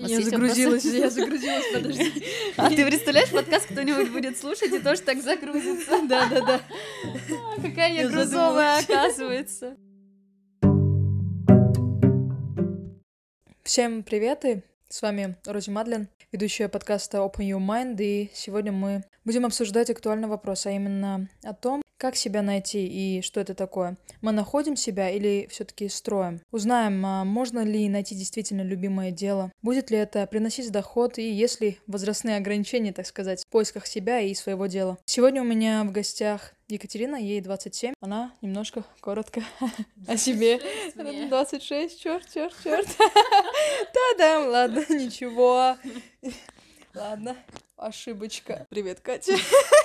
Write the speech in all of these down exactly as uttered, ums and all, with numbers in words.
У вас Я есть загрузилась, вопросы? я загрузилась, подожди. А ты представляешь, подкаст кто-нибудь будет слушать и тоже так загрузится? Да-да-да. А, какая я Я грузовая, задумалась. оказывается. Всем привет, и с вами Рози Мадлен, ведущая подкаста Open Your Mind, и сегодня мы будем обсуждать актуальный вопрос, а именно о том, как себя найти и что это такое. Мы находим себя или все-таки строим? Узнаем, а можно ли найти действительно любимое дело, будет ли это приносить доход и есть ли возрастные ограничения, так сказать, в поисках себя и своего дела. Сегодня у меня в гостях Екатерина, ей двадцать семь, она немножко коротко о себе. двадцать шесть, черт, черт, черт. Да-да, ладно, ничего. Ладно, ошибочка. Привет, Катя.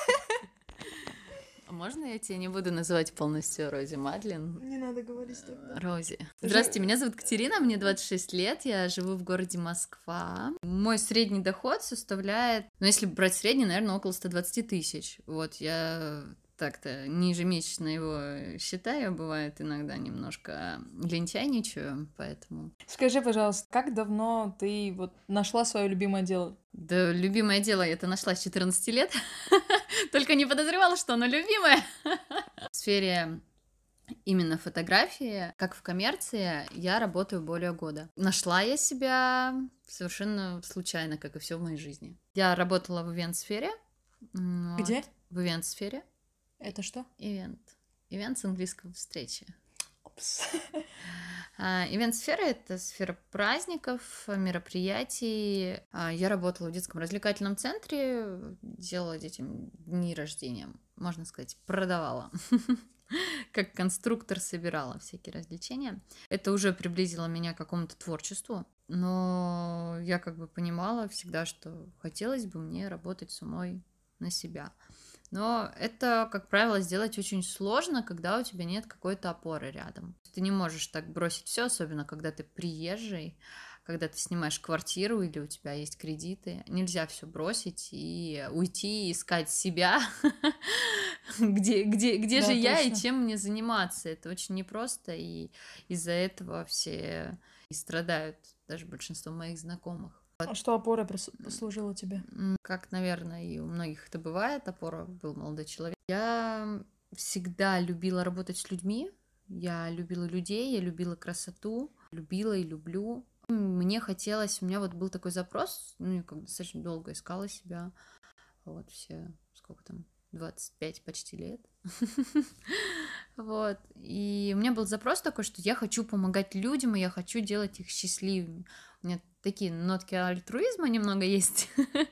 А можно я тебя не буду называть полностью Рози Мадлен? Не надо говорить тогда. Рози. Ты Здравствуйте, же- меня зовут Катерина, мне двадцать шесть лет, я живу в городе Москва. Мой средний доход составляет, ну, если брать средний, наверное, около сто двадцать тысяч. Вот, я так-то ежемесячно его считаю, бывает иногда немножко лентяйничаю, поэтому... Скажи, пожалуйста, как давно ты вот нашла свое любимое дело? Да, любимое дело я это нашла с четырнадцати лет, только не подозревала, что оно любимое. В сфере именно фотографии, как в коммерции, я работаю более года. Нашла я себя совершенно случайно, как и все в моей жизни. Я работала в ивент-сфере. вот, Где? В ивент-сфере. Это что? Ивент. Ивент с английского встречи. Опс. А, Ивент-сфера — это сфера праздников, мероприятий. А, Я работала в детском развлекательном центре, делала детям дни рождения, можно сказать, продавала. Как конструктор собирала всякие развлечения. Это уже приблизило меня к какому-то творчеству, но я как бы понимала всегда, что хотелось бы мне работать самой на себя. Но это, как правило, сделать очень сложно, когда у тебя нет какой-то опоры рядом. Ты не можешь так бросить все, особенно когда ты приезжий, когда ты снимаешь квартиру или у тебя есть кредиты. Нельзя все бросить и уйти, искать себя, где, где, где Да, же я и точно. чем мне заниматься. Это очень непросто, и из-за этого все и страдают, даже большинство моих знакомых. А что опора прис- послужила тебе? М, Как, наверное, и у многих это бывает, опора был молодой человек. Я всегда любила работать с людьми, я любила людей, я любила красоту, любила и люблю. Мне хотелось, у меня вот был такой запрос, ну, я как бы достаточно долго искала себя, вот все, сколько там, двадцать пять почти лет. Вот, и у меня был запрос такой, что я хочу помогать людям, и я хочу делать их счастливыми. У меня такие нотки альтруизма немного есть.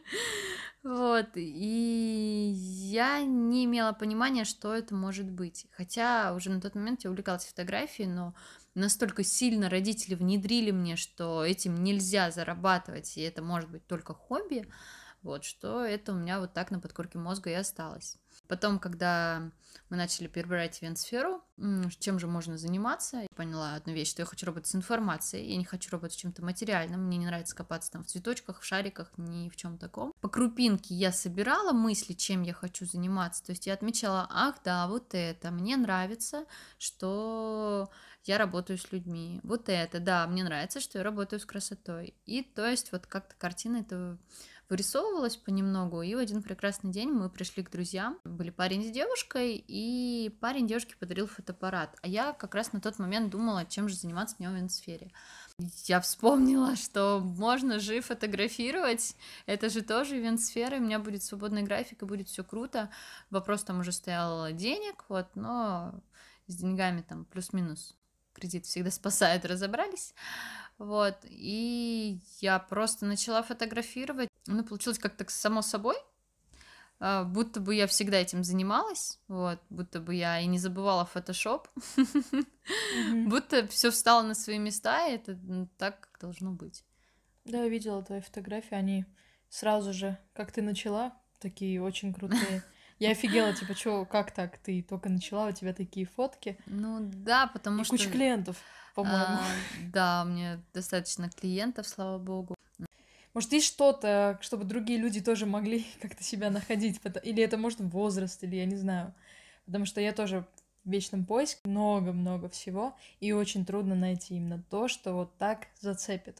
Вот, и я не имела понимания, что это может быть. Хотя уже на тот момент я увлекалась фотографией, но настолько сильно родители внедрили мне, что этим нельзя зарабатывать, и это может быть только хобби, вот, что это у меня вот так на подкорке мозга и осталось. Потом, когда мы начали перебирать ивент-сферу, м, чем же можно заниматься, я поняла одну вещь, что я хочу работать с информацией, я не хочу работать чем-то материальным, мне не нравится копаться там в цветочках, в шариках, ни в чем таком. По крупинке я собирала мысли, чем я хочу заниматься, то есть я отмечала, ах, да, вот это, мне нравится, что я работаю с людьми, вот это, да, мне нравится, что я работаю с красотой. И то есть вот как-то картина этого вырисовывалась понемногу, и в один прекрасный день мы пришли к друзьям. Были парень с девушкой, и парень девушке подарил фотоаппарат. А я как раз на тот момент думала, чем же заниматься мне в ивент-сфере. Я вспомнила, что можно же фотографировать, это же тоже ивент-сфера, у меня будет свободный график, и будет все круто. Вопрос там уже стоял денег, вот, но с деньгами там плюс-минус кредит всегда спасает, разобрались. Вот, и я просто начала фотографировать. Ну, получилось как-то само собой, а, будто бы я всегда этим занималась, вот, будто бы я и не забывала фотошоп, Мгм. будто все встало на свои места, и это м, так, как должно быть. Да, я видела твои фотографии, они сразу же, как ты начала, такие очень крутые. Я офигела, типа, чё, как так? Ты только начала, у тебя такие фотки. Ну да, потому И что, куча клиентов, по-моему. а, да, у меня достаточно клиентов, слава богу. Может, есть что-то, чтобы другие люди тоже могли как-то себя находить? пото- Или это, может, возраст, или я не знаю. Потому что я тоже в вечном поиске, много-много всего, и очень трудно найти именно то, что вот так зацепит.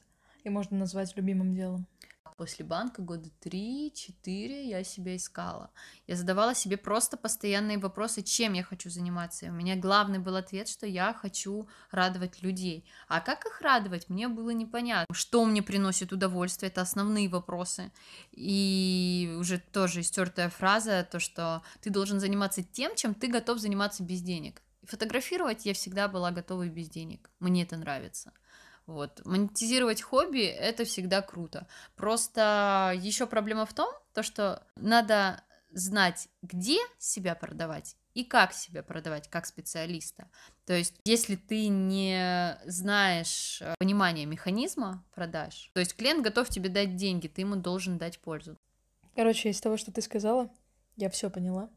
и можно назвать любимым делом? После банка года три-четыре я себя искала. Я задавала себе просто постоянные вопросы, чем я хочу заниматься. И у меня главный был ответ, что я хочу радовать людей. А как их радовать, мне было непонятно. Что мне приносит удовольствие, это основные вопросы. И уже тоже истертая фраза, то, что ты должен заниматься тем, чем ты готов заниматься без денег. Фотографировать я всегда была готова и без денег. Мне это нравится. Вот. Монетизировать хобби — это всегда круто. Просто еще проблема в том, то, что надо знать, где себя продавать и как себя продавать, как специалиста. То есть, если ты не знаешь э, понимания механизма продаж, то есть клиент готов тебе дать деньги, ты ему должен дать пользу. Короче, из того, что ты сказала, я все поняла.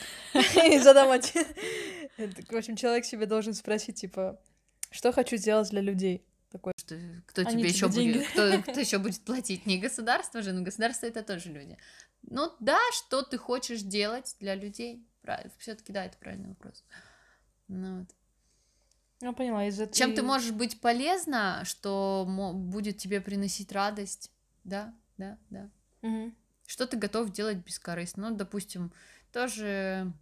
И задам один. В общем, человек себе должен спросить, типа, что хочу сделать для людей? Такой, Что, кто они тебе еще тебе деньги. будет, кто, кто еще будет платить? Не государство же, но государство это тоже люди. Ну да, что ты хочешь делать для людей? Все-таки да, это правильный вопрос. Ну, вот. Я поняла, из-за Чем ты... ты можешь быть полезна, что мо- будет тебе приносить радость? Да, да, да. Мгм. Что ты готов делать бескорыстно? Ну, допустим, тоже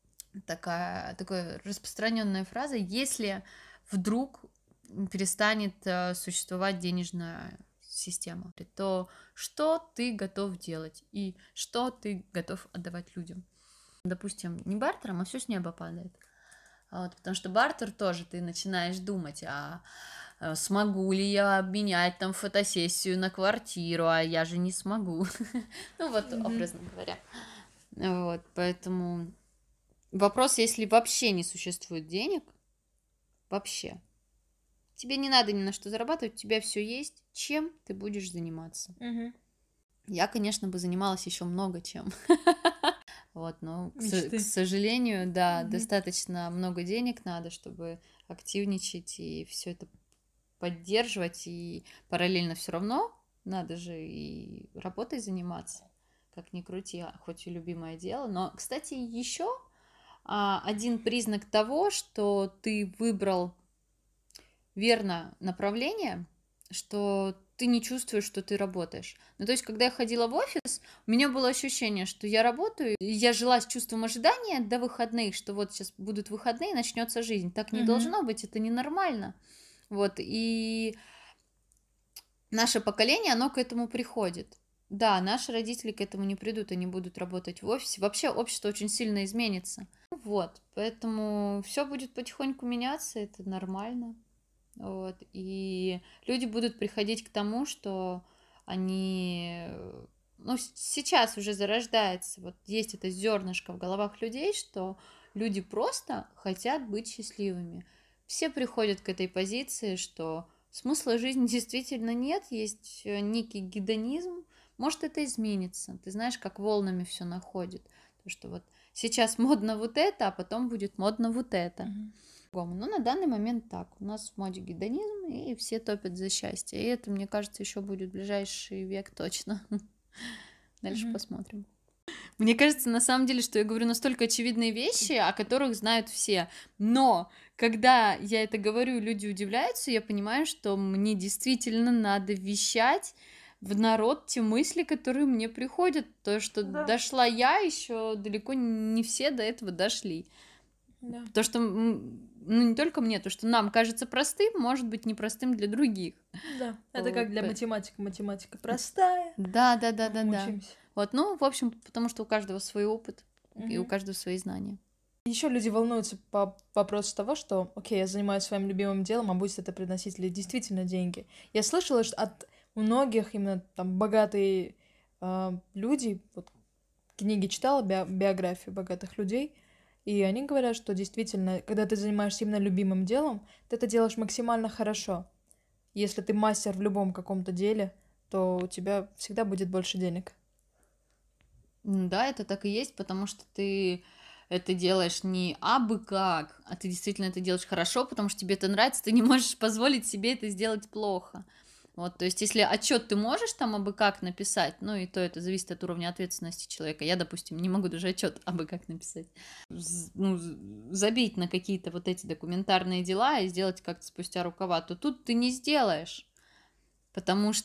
такая, такая распространенная фраза, если вдруг перестанет э, существовать денежная система, то что ты готов делать и что ты готов отдавать людям? Допустим, не бартером, а все с неба падает. А вот, потому что бартер тоже ты начинаешь думать, а э, смогу ли я обменять там фотосессию на квартиру, а я же не смогу. Ну вот, Мгм. образно говоря. Вот, поэтому вопрос, если вообще не существует денег, вообще, тебе не надо ни на что зарабатывать, у тебя все есть, чем ты будешь заниматься? Мгм. Я, конечно, бы занималась еще много чем. Вот, но, к, со- к Мечты. сожалению, да, Мгм. достаточно много денег надо, чтобы активничать и все это поддерживать, и параллельно все равно надо же и работой заниматься, как ни крути, а хоть и любимое дело. Но, кстати, еще один признак того, что ты выбрал верно направление, что ты не чувствуешь, что ты работаешь. Ну, то есть, когда я ходила в офис, у меня было ощущение, что я работаю, и я жила с чувством ожидания до выходных, что вот сейчас будут выходные, начнется жизнь. Так не Мгм. должно быть, это ненормально. Вот, и наше поколение, оно к этому приходит. Да, наши родители к этому не придут, они будут работать в офисе. Вообще общество очень сильно изменится. Ну Вот, поэтому все будет потихоньку меняться, это нормально. Вот, и люди будут приходить к тому, что они, э, ну, с- сейчас уже зарождается, вот есть это зернышко в головах людей, что люди просто хотят быть счастливыми. Все приходят к этой позиции, что смысла жизни действительно нет, есть э, некий гедонизм, может, это изменится. Ты знаешь, как волнами все находит. То, что вот сейчас модно вот это, а потом будет модно вот это. Мгм. По-другому. Но на данный момент так. У нас в моде гедонизм, и все топят за счастье. И это, мне кажется, еще будет в ближайший век точно. Дальше Мгм. посмотрим. Мне кажется, на самом деле, что я говорю настолько очевидные вещи, о которых знают все. Но когда я это говорю, люди удивляются, я понимаю, что мне действительно надо вещать в народ те мысли, которые мне приходят. То, что Да. дошла я, еще далеко не все до этого дошли. Да. То, что, м, ну, не только мне, то, что нам кажется простым, может быть непростым для других. Да. Это Вот, как для пэ- математика. Математика простая. Да, да, да, Мы да, да. мучаемся. Вот, ну, в общем, потому что у каждого свой опыт, и у Мгм. каждого свои знания. Еще люди волнуются по вопросу того, что, окей, я занимаюсь своим любимым делом, а будет это приносить ли действительно деньги. Я слышала что от многих именно там богатые а, люди, вот книги читала, био- биографии богатых людей, и они говорят, что действительно, когда ты занимаешься именно любимым делом, ты это делаешь максимально хорошо. Если ты мастер в любом каком-то деле, то у тебя всегда будет больше денег. М, Да, это так и есть, потому что ты это делаешь не абы как, а ты действительно это делаешь хорошо, потому что тебе это нравится, ты не можешь позволить себе это сделать плохо. Вот, то есть, если отчет ты можешь там абы как написать, ну и то это зависит от уровня ответственности человека. Я, допустим, не могу даже отчет абы как написать. З- ну, з- забить на какие-то вот эти документарные дела и сделать как-то спустя рукава, то тут ты не сделаешь. Потому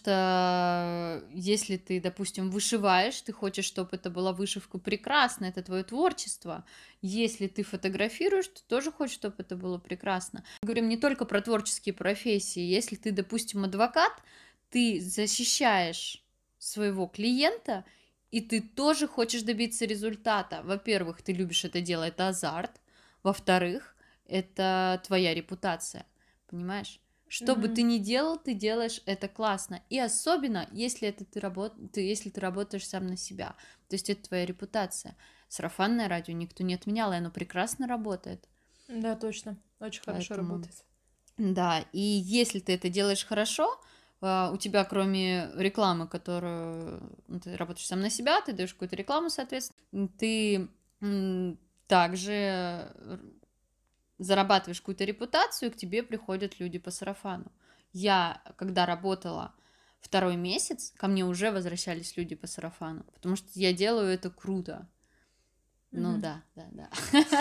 что если ты, допустим, вышиваешь, ты хочешь, чтобы это была вышивка прекрасная, это твое творчество. Если ты фотографируешь, ты тоже хочешь, чтобы это было прекрасно. Мы говорим не только про творческие профессии. Если ты, допустим, адвокат, ты защищаешь своего клиента, и ты тоже хочешь добиться результата. Во-первых, ты любишь это дело, это азарт. Во-вторых, это твоя репутация. Понимаешь? Что бы ты Мгм. ни делал, ты делаешь это классно. И особенно, если это ты, работ... ты, если ты работаешь сам на себя. То есть это твоя репутация. Сарафанное радио никто не отменял, и оно прекрасно работает. Да, точно. Очень хорошо Поэтому, работает. да, и если ты это делаешь хорошо, а, у тебя кроме рекламы, которую ну, ты работаешь сам на себя, ты даешь какую-то рекламу, соответственно, ты м, также зарабатываешь какую-то репутацию, и к тебе приходят люди по сарафану. Я, когда работала второй месяц, ко мне уже возвращались люди по сарафану, потому что я делаю это круто. Ну Мгм. да, да, да.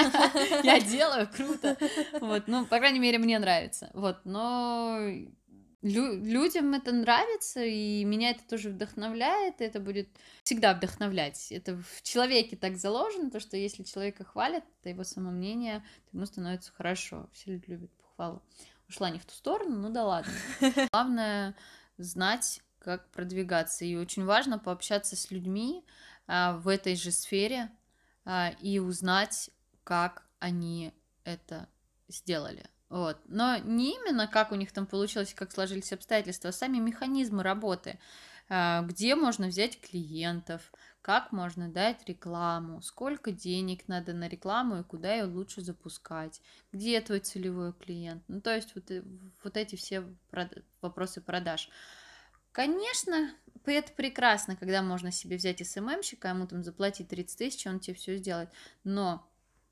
Я делаю круто. Вот, ну, по крайней мере, мне нравится. Вот, но лю- людям это нравится, и меня это тоже вдохновляет, и это будет всегда вдохновлять. Это в человеке так заложено, то, что если человека хвалят, это его самомнение, то ему становится хорошо. Все люди любят похвалу. Ушла не в ту сторону, ну да ладно. Главное знать, как продвигаться. И очень важно пообщаться с людьми а, в этой же сфере а, и узнать, как они это сделали. Вот. Но не именно как у них там получилось, как сложились обстоятельства, а сами механизмы работы. А, где можно взять клиентов, как можно дать рекламу, сколько денег надо на рекламу и куда ее лучше запускать, где твой целевой клиент. Ну, то есть вот, э- вот эти все прод- вопросы продаж. Конечно, п- это прекрасно, когда можно себе взять СММщика, ему там заплатить тридцать тысяч, он тебе все сделает. Но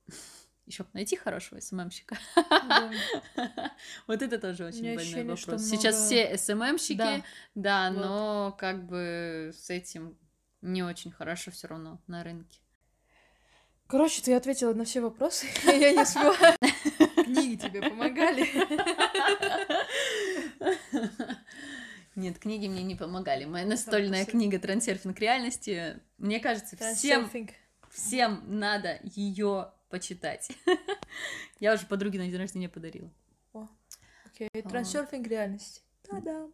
еще найти хорошего СММщика. Да. Вот это тоже У очень меня больной ощущение, что вопрос. Сейчас много... все СММщики, Да, да, вот. но как бы с этим не очень хорошо все равно на рынке. Короче, ты ответила на все вопросы. Я не успела. Книги тебе помогали. Нет, книги мне не помогали. Моя Там настольная посо- книга «Трансерфинг реальности», мне кажется, всем, Трансерфинг. всем надо ее почитать. Я уже подруге на день рождения подарила. О, окей. Вот. Трансерфинг реальности. Та-дам.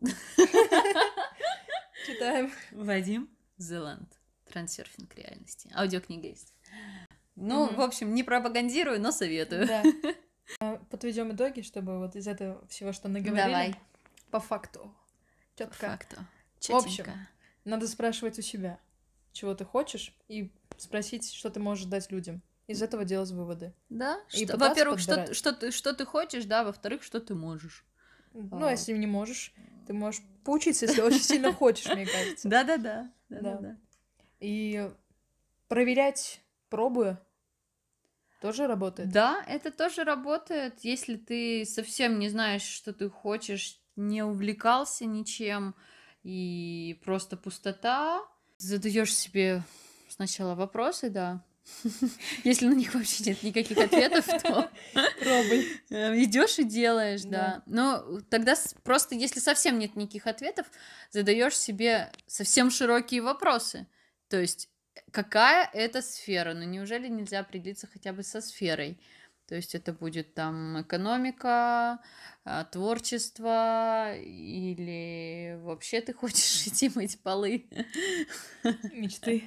Читаем. Вадим Зеланд. «Трансерфинг реальности». Аудиокнига есть. Ну, в Мгм. общем, не пропагандирую, но советую. Да. А, Подведем итоги, чтобы вот из этого всего, что наговорили, Давай, по факту, по четко. факту. В общем, Чётенько. надо спрашивать у себя, чего ты хочешь, и спросить, что ты можешь дать людям. Из этого делать выводы. Да? И Что- пытаться во-первых, что, подбирать. ты- что, ты, что ты хочешь, да, во-вторых, что ты можешь. Ну, а А, если не можешь, ты можешь поучиться, если очень сильно хочешь, мне кажется. Да-да-да. Да. Да-да-да. И проверять, пробуя, тоже работает. Да, это тоже работает, если ты совсем не знаешь, что ты хочешь, не увлекался ничем, и просто пустота, задаешь себе сначала вопросы, да. Если на них вообще нет никаких ответов, то Пробуй. идешь и делаешь, Да. да. Но тогда с- просто, если совсем нет никаких ответов, задаешь себе совсем широкие вопросы. То есть, какая это сфера? Ну, неужели нельзя определиться хотя бы со сферой? То есть это будет там экономика, а, творчество или вообще ты хочешь идти мыть полы? Мечты.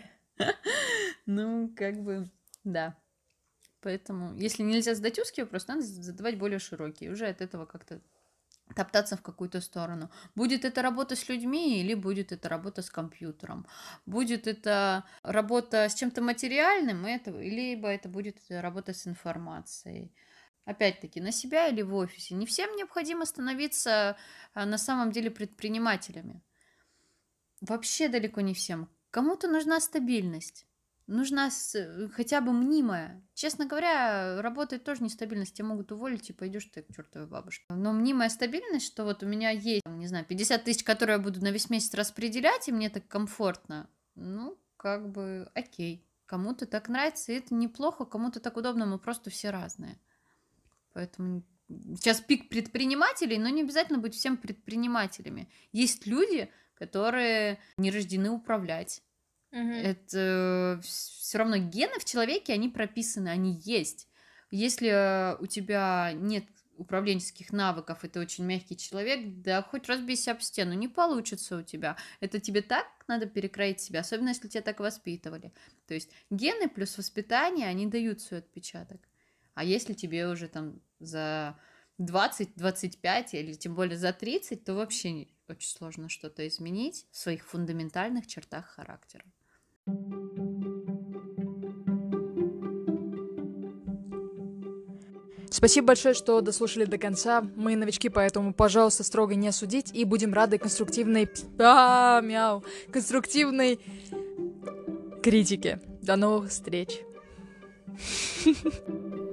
Ну, как бы, да. Поэтому, если нельзя задать узкий вопрос, надо задавать более широкий. Уже от этого как-то топтаться в какую-то сторону. Будет это работа с людьми или будет это работа с компьютером? Будет это работа с чем-то материальным, это, либо это будет работа с информацией. Опять-таки, на себя или в офисе. Не всем необходимо становиться а, на самом деле предпринимателями. Вообще далеко не всем. Кому-то нужна стабильность. Нужна с- э, хотя бы мнимая. Честно говоря, работает тоже нестабильность. Тебя могут уволить, и пойдешь ты к чертовой бабушке. Но мнимая стабильность, что вот у меня есть, там, не знаю, пятьдесят тысяч, которые я буду на весь месяц распределять, и мне так комфортно. Ну, как бы, окей. Кому-то так нравится, и это неплохо, кому-то так удобно, мы просто все разные. Поэтому сейчас пик предпринимателей, но не обязательно быть всем предпринимателями. Есть люди, которые не рождены управлять. Мгм. Это все равно гены в человеке, они прописаны, они есть. Если э, у тебя нет управленческих навыков, и ты очень мягкий человек, да хоть разбейся об стену, не получится у тебя. Это тебе так надо перекроить себя, особенно если тебя так воспитывали. То есть гены плюс воспитание, они дают свой отпечаток. А если тебе уже там за двадцать двадцать пять или тем более за тридцать, то вообще не- очень сложно что-то изменить в своих фундаментальных чертах характера. Спасибо большое, что дослушали до конца. Мы новички, поэтому, пожалуйста, строго не осудить. И будем рады конструктивной... А, мяу. Конструктивной критике. До новых встреч.